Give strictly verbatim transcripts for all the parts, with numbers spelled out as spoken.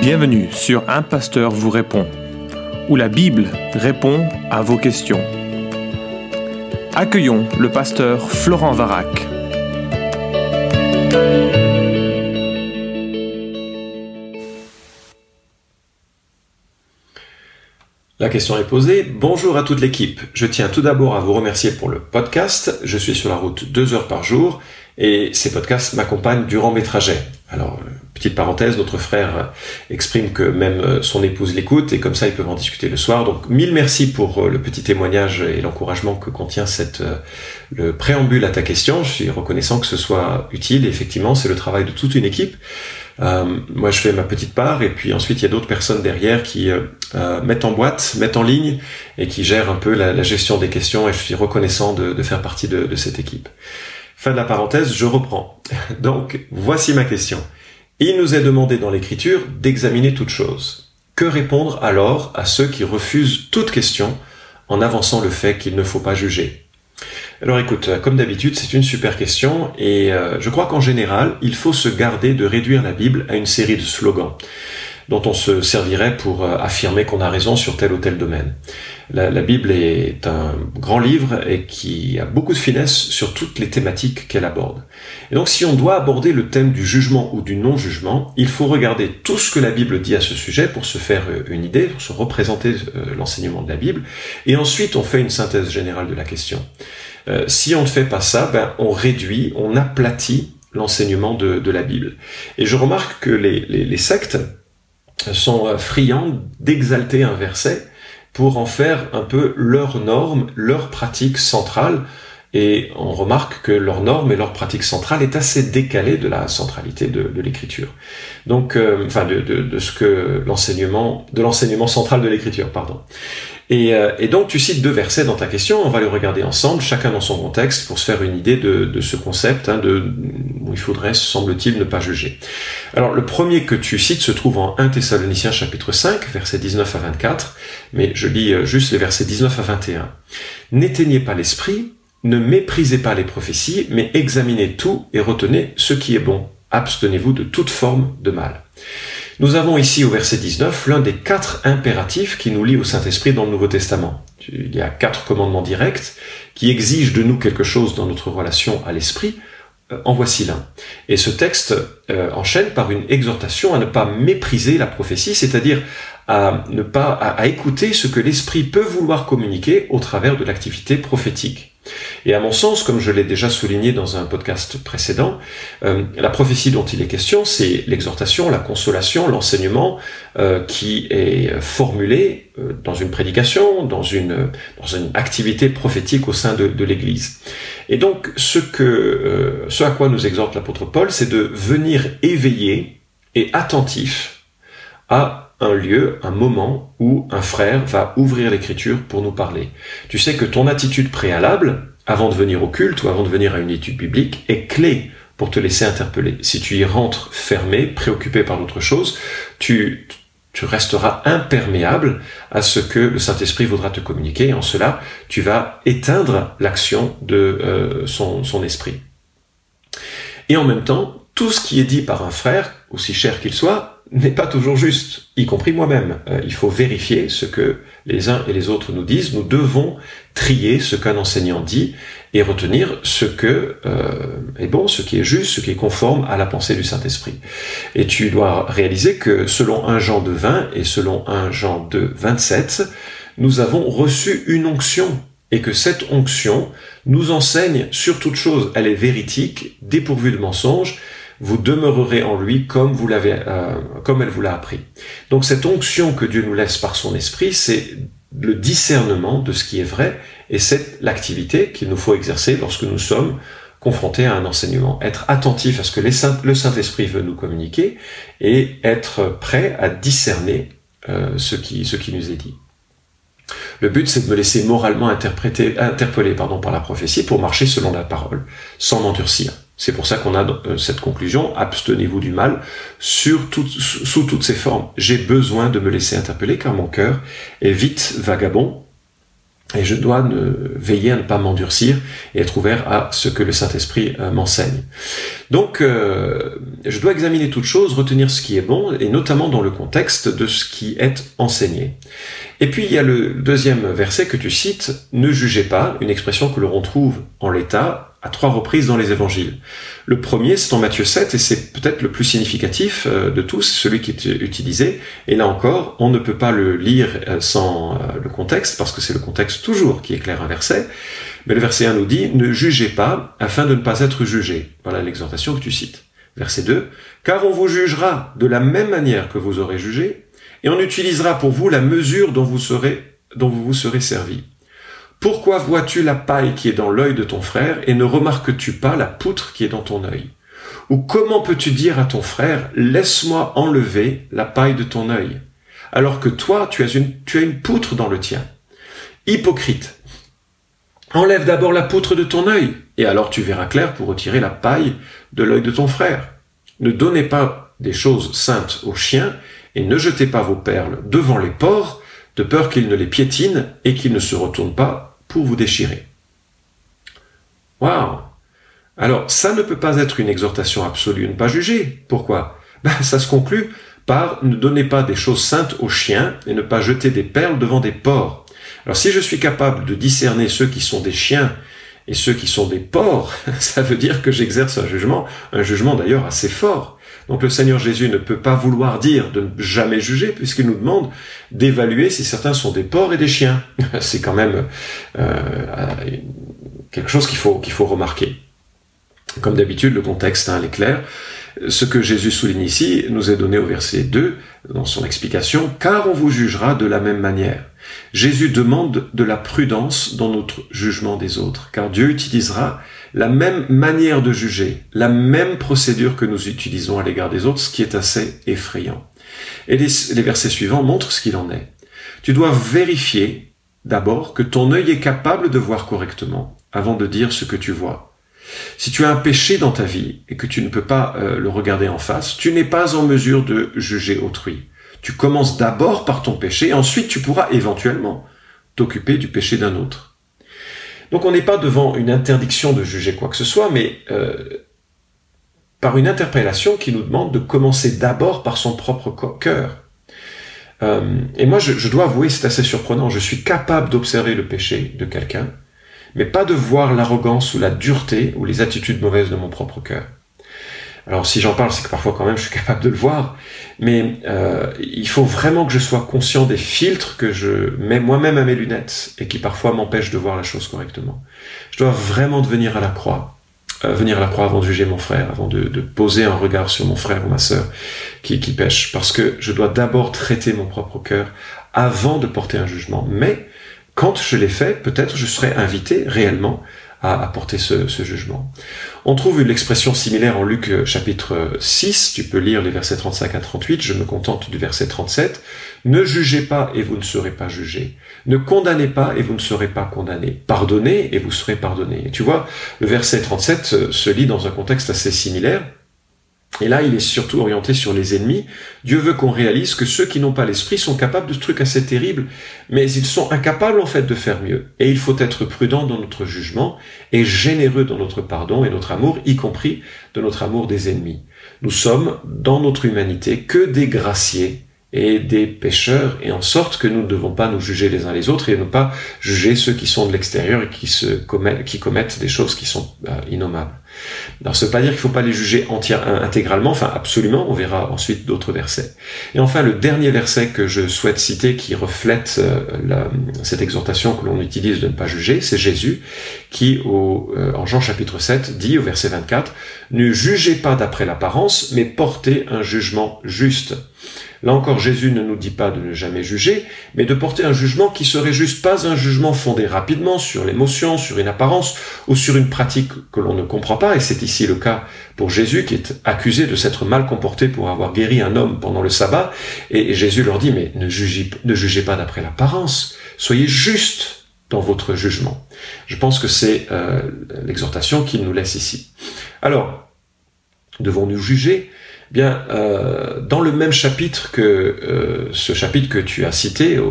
Bienvenue sur Un Pasteur vous répond, où la Bible répond à vos questions. Accueillons le pasteur Florent Varac. La question est posée. Bonjour à toute l'équipe. Je tiens tout d'abord à vous remercier pour le podcast. Je suis sur la route deux heures par jour et ces podcasts m'accompagnent durant mes trajets. Alors, petite parenthèse, notre frère exprime que même son épouse l'écoute et comme ça ils peuvent en discuter le soir. Donc, mille merci pour le petit témoignage et l'encouragement que contient cette, le préambule à ta question. Je suis reconnaissant que ce soit utile et effectivement, c'est le travail de toute une équipe. Euh, moi je fais ma petite part et puis ensuite il y a d'autres personnes derrière qui euh, euh, mettent en boîte, mettent en ligne et qui gèrent un peu la, la gestion des questions et je suis reconnaissant de, de faire partie de, de cette équipe. Fin de la parenthèse, je reprends. Donc voici ma question. Il nous est demandé dans l'Écriture d'examiner toute chose. Que répondre alors à ceux qui refusent toute question en avançant le fait qu'il ne faut pas juger ? Alors écoute, comme d'habitude, c'est une super question et euh, je crois qu'en général, il faut se garder de réduire la Bible à une série de slogans dont on se servirait pour euh, affirmer qu'on a raison sur tel ou tel domaine. La, la Bible est un grand livre et qui a beaucoup de finesse sur toutes les thématiques qu'elle aborde. Et donc si on doit aborder le thème du jugement ou du non-jugement, il faut regarder tout ce que la Bible dit à ce sujet pour se faire une idée, pour se représenter euh, l'enseignement de la Bible, et ensuite on fait une synthèse générale de la question. Euh, si on ne fait pas ça, ben on réduit, on aplatit l'enseignement de, de la Bible. Et je remarque que les, les, les sectes sont friands d'exalter un verset pour en faire un peu leur norme, leur pratique centrale. Et on remarque que leur norme et leur pratique centrale est assez décalée de la centralité de, de l'Écriture. Donc, euh, enfin, de, de, de ce que l'enseignement, de l'enseignement central de l'Écriture, pardon. Et, euh, et donc, tu cites deux versets dans ta question. On va les regarder ensemble, chacun dans son contexte, pour se faire une idée de, de ce concept, hein, de où il faudrait, semble-t-il, ne pas juger. Alors, le premier que tu cites se trouve en premier Thessaloniciens chapitre cinq, versets dix-neuf à vingt-quatre. Mais je lis juste les versets dix-neuf à vingt et un. N'éteignez pas l'esprit. Ne méprisez pas les prophéties, mais examinez tout et retenez ce qui est bon. Abstenez-vous de toute forme de mal. Nous avons ici au verset dix-neuf l'un des quatre impératifs qui nous lient au Saint-Esprit dans le Nouveau Testament. Il y a quatre commandements directs qui exigent de nous quelque chose dans notre relation à l'Esprit. En voici l'un. Et ce texte euh, enchaîne par une exhortation à ne pas mépriser la prophétie, c'est-à-dire à ne pas à, à écouter ce que l'Esprit peut vouloir communiquer au travers de l'activité prophétique. Et à mon sens, comme je l'ai déjà souligné dans un podcast précédent, euh, la prophétie dont il est question, c'est l'exhortation, la consolation, l'enseignement euh, qui est formulé euh, dans une prédication, dans une dans une activité prophétique au sein de, de l'Église. Et donc, ce que euh, ce à quoi nous exhorte l'apôtre Paul, c'est de venir éveillé et attentif à un lieu, un moment où un frère va ouvrir l'Écriture pour nous parler. Tu sais que ton attitude préalable, avant de venir au culte ou avant de venir à une étude biblique, est clé pour te laisser interpeller. Si tu y rentres fermé, préoccupé par d'autres choses, tu, tu resteras imperméable à ce que le Saint-Esprit voudra te communiquer. Et en cela, tu vas éteindre l'action de euh, son, son esprit. Et en même temps, tout ce qui est dit par un frère, aussi cher qu'il soit, n'est pas toujours juste, y compris moi-même. Euh, il faut vérifier ce que les uns et les autres nous disent. Nous devons trier ce qu'un enseignant dit et retenir ce que euh, est bon, ce qui est juste, ce qui est conforme à la pensée du Saint-Esprit. Et tu dois réaliser que selon premier Jean deux vingt et selon premier Jean deux vingt-sept, nous avons reçu une onction et que cette onction nous enseigne sur toute chose. Elle est véridique, dépourvue de mensonges. Vous demeurerez en lui comme vous l'avez, euh, comme elle vous l'a appris. Donc cette onction que Dieu nous laisse par son esprit, c'est le discernement de ce qui est vrai, et c'est l'activité qu'il nous faut exercer lorsque nous sommes confrontés à un enseignement. Être attentif à ce que les Saint, le Saint-Esprit veut nous communiquer, et être prêt à discerner euh, ce qui, ce qui nous est dit. Le but, c'est de me laisser moralement interpréter, interpeller pardon, par la prophétie pour marcher selon la parole, sans m'endurcir. C'est pour ça qu'on a euh, cette conclusion, abstenez-vous du mal, sur tout, sous toutes ses formes. J'ai besoin de me laisser interpeller car mon cœur est vite vagabond Et je dois ne, veiller à ne pas m'endurcir et être ouvert à ce que le Saint-Esprit euh, m'enseigne. Donc, euh, je dois examiner toute chose, retenir ce qui est bon, et notamment dans le contexte de ce qui est enseigné. Et puis, il y a le deuxième verset que tu cites, « Ne jugez pas », une expression que l'on trouve en l'état à trois reprises dans les évangiles. Le premier, c'est en Matthieu sept, et c'est peut-être le plus significatif de tous, celui qui est utilisé. Et là encore, on ne peut pas le lire sans le contexte, parce que c'est le contexte toujours qui éclaire un verset. Mais le verset un nous dit « Ne jugez pas, afin de ne pas être jugés ». Voilà l'exhortation que tu cites. Verset deux, « Car on vous jugera de la même manière que vous aurez jugé, et on utilisera pour vous la mesure dont vous serez, dont vous vous serez servi. Pourquoi vois-tu la paille qui est dans l'œil de ton frère et ne remarques-tu pas la poutre qui est dans ton œil? Ou comment peux-tu dire à ton frère, laisse-moi enlever la paille de ton œil, alors que toi, tu as une, tu as une poutre dans le tien? Hypocrite! Enlève d'abord la poutre de ton œil, et alors tu verras clair pour retirer la paille de l'œil de ton frère. Ne donnez pas des choses saintes aux chiens, et ne jetez pas vos perles devant les porcs, de peur qu'ils ne les piétinent et qu'ils ne se retournent pas pour vous déchirer. Waouh! Alors, ça ne peut pas être une exhortation absolue, ne pas juger. Pourquoi? Ben, ça se conclut par ne donnez pas des choses saintes aux chiens et ne pas jeter des perles devant des porcs. Alors, si je suis capable de discerner ceux qui sont des chiens et ceux qui sont des porcs, ça veut dire que j'exerce un jugement, un jugement d'ailleurs assez fort. Donc le Seigneur Jésus ne peut pas vouloir dire de ne jamais juger, puisqu'il nous demande d'évaluer si certains sont des porcs et des chiens. C'est quand même euh, quelque chose qu'il faut, qu'il faut remarquer. Comme d'habitude, le contexte hein, est clair. Ce que Jésus souligne ici nous est donné au verset deux, dans son explication, « Car on vous jugera de la même manière ». Jésus demande de la prudence dans notre jugement des autres, car Dieu utilisera la même manière de juger, la même procédure que nous utilisons à l'égard des autres, ce qui est assez effrayant. Et les, les versets suivants montrent ce qu'il en est. Tu dois vérifier d'abord que ton œil est capable de voir correctement, avant de dire ce que tu vois. Si tu as un péché dans ta vie et que tu ne peux pas euh, le regarder en face, tu n'es pas en mesure de juger autrui. Tu commences d'abord par ton péché et ensuite tu pourras éventuellement t'occuper du péché d'un autre. Donc on n'est pas devant une interdiction de juger quoi que ce soit, mais euh, par une interpellation qui nous demande de commencer d'abord par son propre cœur. Euh, et moi je, je dois avouer, c'est assez surprenant, je suis capable d'observer le péché de quelqu'un, mais pas de voir l'arrogance ou la dureté ou les attitudes mauvaises de mon propre cœur. Alors si j'en parle, c'est que parfois quand même je suis capable de le voir, mais euh, il faut vraiment que je sois conscient des filtres que je mets moi-même à mes lunettes et qui parfois m'empêchent de voir la chose correctement. Je dois vraiment devenir à la croix, euh, venir à la croix avant de juger mon frère, avant de, de poser un regard sur mon frère ou ma sœur qui, qui pêche, parce que je dois d'abord traiter mon propre cœur avant de porter un jugement. Mais quand je l'ai fait, peut-être je serai invité réellement à apporter ce, ce jugement. On trouve une expression similaire en Luc chapitre six, tu peux lire les versets trente-cinq à trente-huit, je me contente du verset trente-sept. Ne jugez pas et vous ne serez pas jugés. Ne condamnez pas et vous ne serez pas condamnés. Pardonnez et vous serez pardonnés. Et tu vois, le verset trente-sept se lit dans un contexte assez similaire. Et là, il est surtout orienté sur les ennemis. Dieu veut qu'on réalise que ceux qui n'ont pas l'esprit sont capables de ce truc assez terrible, mais ils sont incapables en fait de faire mieux. Et il faut être prudent dans notre jugement et généreux dans notre pardon et notre amour, y compris de notre amour des ennemis. Nous sommes, dans notre humanité, que des graciés et des pécheurs, et en sorte que nous ne devons pas nous juger les uns les autres et ne pas juger ceux qui sont de l'extérieur et qui, se commettent, qui commettent des choses qui sont euh, innommables. Alors, ça ne veut pas dire qu'il ne faut pas les juger entière, intégralement, enfin absolument, on verra ensuite d'autres versets. Et enfin, le dernier verset que je souhaite citer qui reflète euh, la, cette exhortation que l'on utilise de ne pas juger, c'est Jésus qui, au, euh, en Jean chapitre sept, dit au verset vingt-quatre, « Ne jugez pas d'après l'apparence, mais portez un jugement juste. » Là encore, Jésus ne nous dit pas de ne jamais juger, mais de porter un jugement qui serait juste pas un jugement fondé rapidement sur l'émotion, sur une apparence ou sur une pratique que l'on ne comprend pas. Et c'est ici le cas pour Jésus qui est accusé de s'être mal comporté pour avoir guéri un homme pendant le sabbat. Et Jésus leur dit, mais ne jugez, ne jugez pas d'après l'apparence, soyez juste dans votre jugement. Je pense que c'est euh, l'exhortation qu'il nous laisse ici. Alors, devons-nous juger ? Bien, euh, dans le même chapitre que euh, ce chapitre que tu as cité, au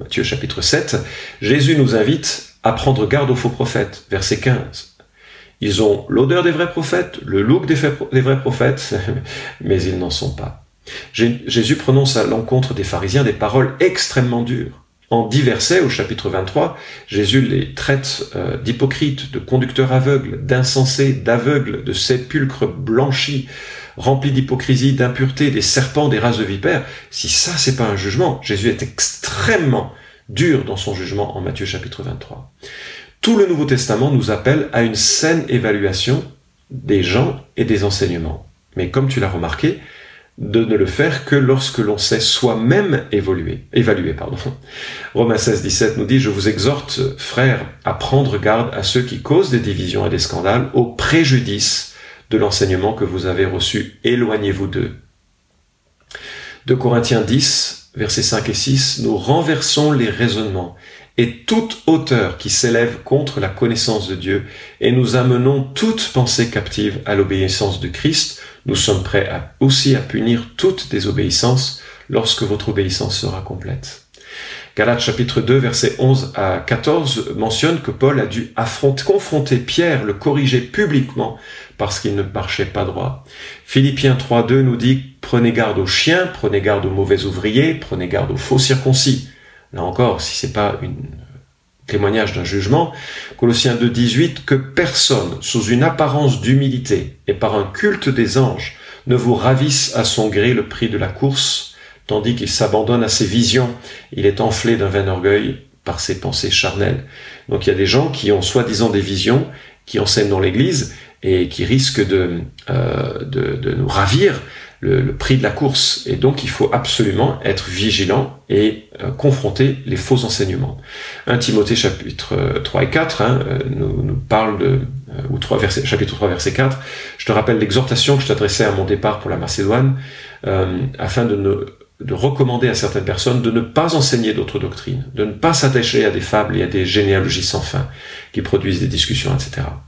Matthieu chapitre sept, Jésus nous invite à prendre garde aux faux prophètes, verset quinze. Ils ont l'odeur des vrais prophètes, le look des, faits, des vrais prophètes, mais ils n'en sont pas. Jésus prononce à l'encontre des pharisiens des paroles extrêmement dures. En dix versets, au chapitre vingt-trois, Jésus les traite euh, d'hypocrites, de conducteurs aveugles, d'insensés, d'aveugles, de sépulcres blanchis, remplis d'hypocrisie, d'impureté, des serpents, des races de vipères. Si ça, c'est pas un jugement, Jésus est extrêmement dur dans son jugement en Matthieu chapitre vingt-trois. Tout le Nouveau Testament nous appelle à une saine évaluation des gens et des enseignements. Mais comme tu l'as remarqué, de ne le faire que lorsque l'on sait soi-même évoluer, évaluer. Pardon. Romains seize, dix-sept nous dit « Je vous exhorte, frères, à prendre garde à ceux qui causent des divisions et des scandales au préjudice de l'enseignement que vous avez reçu. Éloignez-vous d'eux. » deux Corinthiens dix, versets cinq et six, « Nous renversons les raisonnements et toute hauteur qui s'élève contre la connaissance de Dieu, et nous amenons toute pensée captive à l'obéissance de Christ. Nous sommes prêts à, aussi à punir toute désobéissance lorsque votre obéissance sera complète. » Galates chapitre deux, versets onze à quatorze mentionne que Paul a dû affronter, confronter Pierre, le corriger publiquement parce qu'il ne marchait pas droit. Philippiens trois, deux nous dit « Prenez garde aux chiens, prenez garde aux mauvais ouvriers, prenez garde aux faux circoncis. » Là encore, si c'est pas un témoignage d'un jugement, Colossiens deux, dix-huit, que personne, sous une apparence d'humilité et par un culte des anges, ne vous ravisse à son gré le prix de la course, tandis qu'il s'abandonne à ses visions, il est enflé d'un vain orgueil par ses pensées charnelles. Donc il y a des gens qui ont soi-disant des visions, qui enseignent dans l'église, et qui risquent de, euh, de, de nous ravir le, le prix de la course. Et donc il faut absolument être vigilant et euh, confronter les faux enseignements. un Timothée chapitre trois et quatre hein, nous, nous parle de, euh, ou trois versets, chapitre trois verset quatre, je te rappelle l'exhortation que je t'adressais à mon départ pour la Macédoine, euh, afin de ne de recommander à certaines personnes de ne pas enseigner d'autres doctrines, de ne pas s'attacher à des fables et à des généalogies sans fin qui produisent des discussions, et cetera.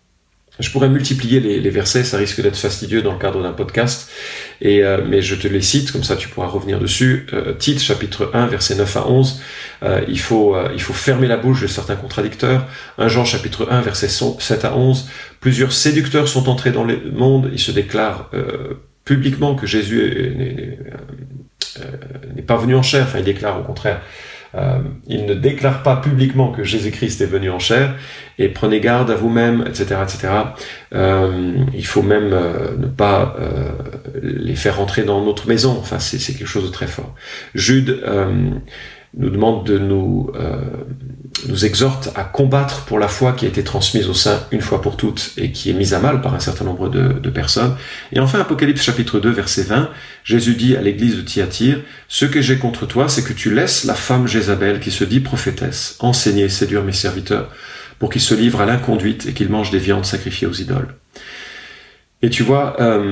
Je pourrais multiplier les, les versets, ça risque d'être fastidieux dans le cadre d'un podcast, et, euh, mais je te les cite, comme ça tu pourras revenir dessus. Euh, Tite, chapitre un, versets neuf à onze, euh, il, faut, euh, il faut fermer la bouche de certains contradicteurs. un Jean, chapitre un, versets sept à onze, plusieurs séducteurs sont entrés dans le monde, ils se déclarent euh, publiquement que Jésus est, n'est, n'est, euh, n'est pas venu en chair, enfin il déclare au contraire, Euh, il ne déclare pas publiquement que Jésus-Christ est venu en chair, et prenez garde à vous-même, et cetera, et cetera. Euh, il faut même euh, ne pas euh, les faire rentrer dans notre maison. Enfin, c'est, c'est quelque chose de très fort. Jude euh, nous demande de nous euh, nous exhorte à combattre pour la foi qui a été transmise au sein une fois pour toutes et qui est mise à mal par un certain nombre de, de personnes. Et enfin, Apocalypse chapitre deux, verset vingt, Jésus dit à l'église de Thyatire, « Ce que j'ai contre toi, c'est que tu laisses la femme Jézabel qui se dit prophétesse, enseigner et séduire mes serviteurs pour qu'ils se livrent à l'inconduite et qu'ils mangent des viandes sacrifiées aux idoles. » Et tu vois, euh,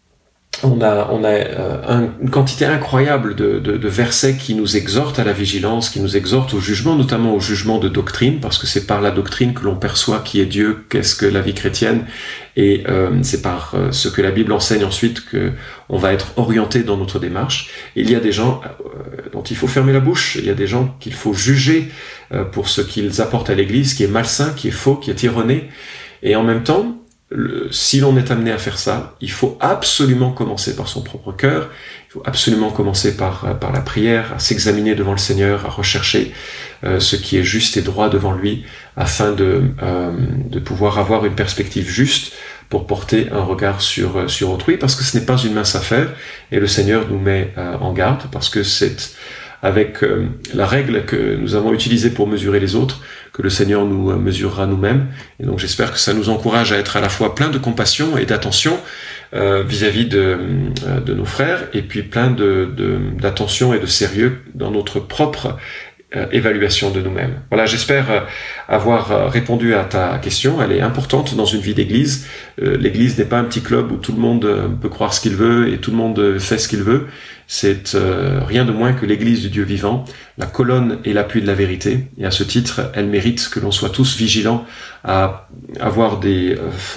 on a, on a euh, un, une quantité incroyable de, de, de versets qui nous exhortent à la vigilance, qui nous exhortent au jugement, notamment au jugement de doctrine, parce que c'est par la doctrine que l'on perçoit qui est Dieu, qu'est-ce que la vie chrétienne, et euh, c'est par euh, ce que la Bible enseigne ensuite que on va être orienté dans notre démarche. Et il y a des gens euh, dont il faut fermer la bouche, il y a des gens qu'il faut juger euh, pour ce qu'ils apportent à l'Église, qui est malsain, qui est faux, qui est erroné, et en même temps, Le, si l'on est amené à faire ça, il faut absolument commencer par son propre cœur, il faut absolument commencer par, par la prière, à s'examiner devant le Seigneur, à rechercher euh, ce qui est juste et droit devant lui, afin de, euh, de pouvoir avoir une perspective juste pour porter un regard sur, sur autrui, parce que ce n'est pas une mince affaire, et le Seigneur nous met euh, en garde, parce que c'est avec euh, la règle que nous avons utilisée pour mesurer les autres, que le Seigneur nous euh, mesurera nous-mêmes. Et donc j'espère que ça nous encourage à être à la fois plein de compassion et d'attention euh, vis-à-vis de, euh, de nos frères, et puis plein de, de, d'attention et de sérieux dans notre propre euh, évaluation de nous-mêmes. Voilà, j'espère euh, avoir euh, répondu à ta question. Elle est importante dans une vie d'église. Euh, l'église n'est pas un petit club où tout le monde euh, peut croire ce qu'il veut et tout le monde euh, fait ce qu'il veut. C'est euh, rien de moins que l'église du Dieu vivant, la colonne et l'appui de la vérité. Et à ce titre, elle mérite que l'on soit tous vigilants à avoir des,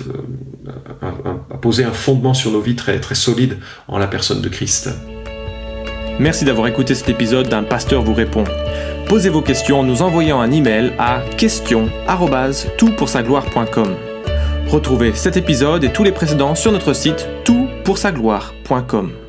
euh, à, à poser un fondement sur nos vies très, très solide en la personne de Christ. Merci d'avoir écouté cet épisode d'Un pasteur vous répond. Posez vos questions en nous envoyant un email à questions arobase tout pour sa gloire point com. Retrouvez cet épisode et tous les précédents sur notre site tout pour sa gloire point com.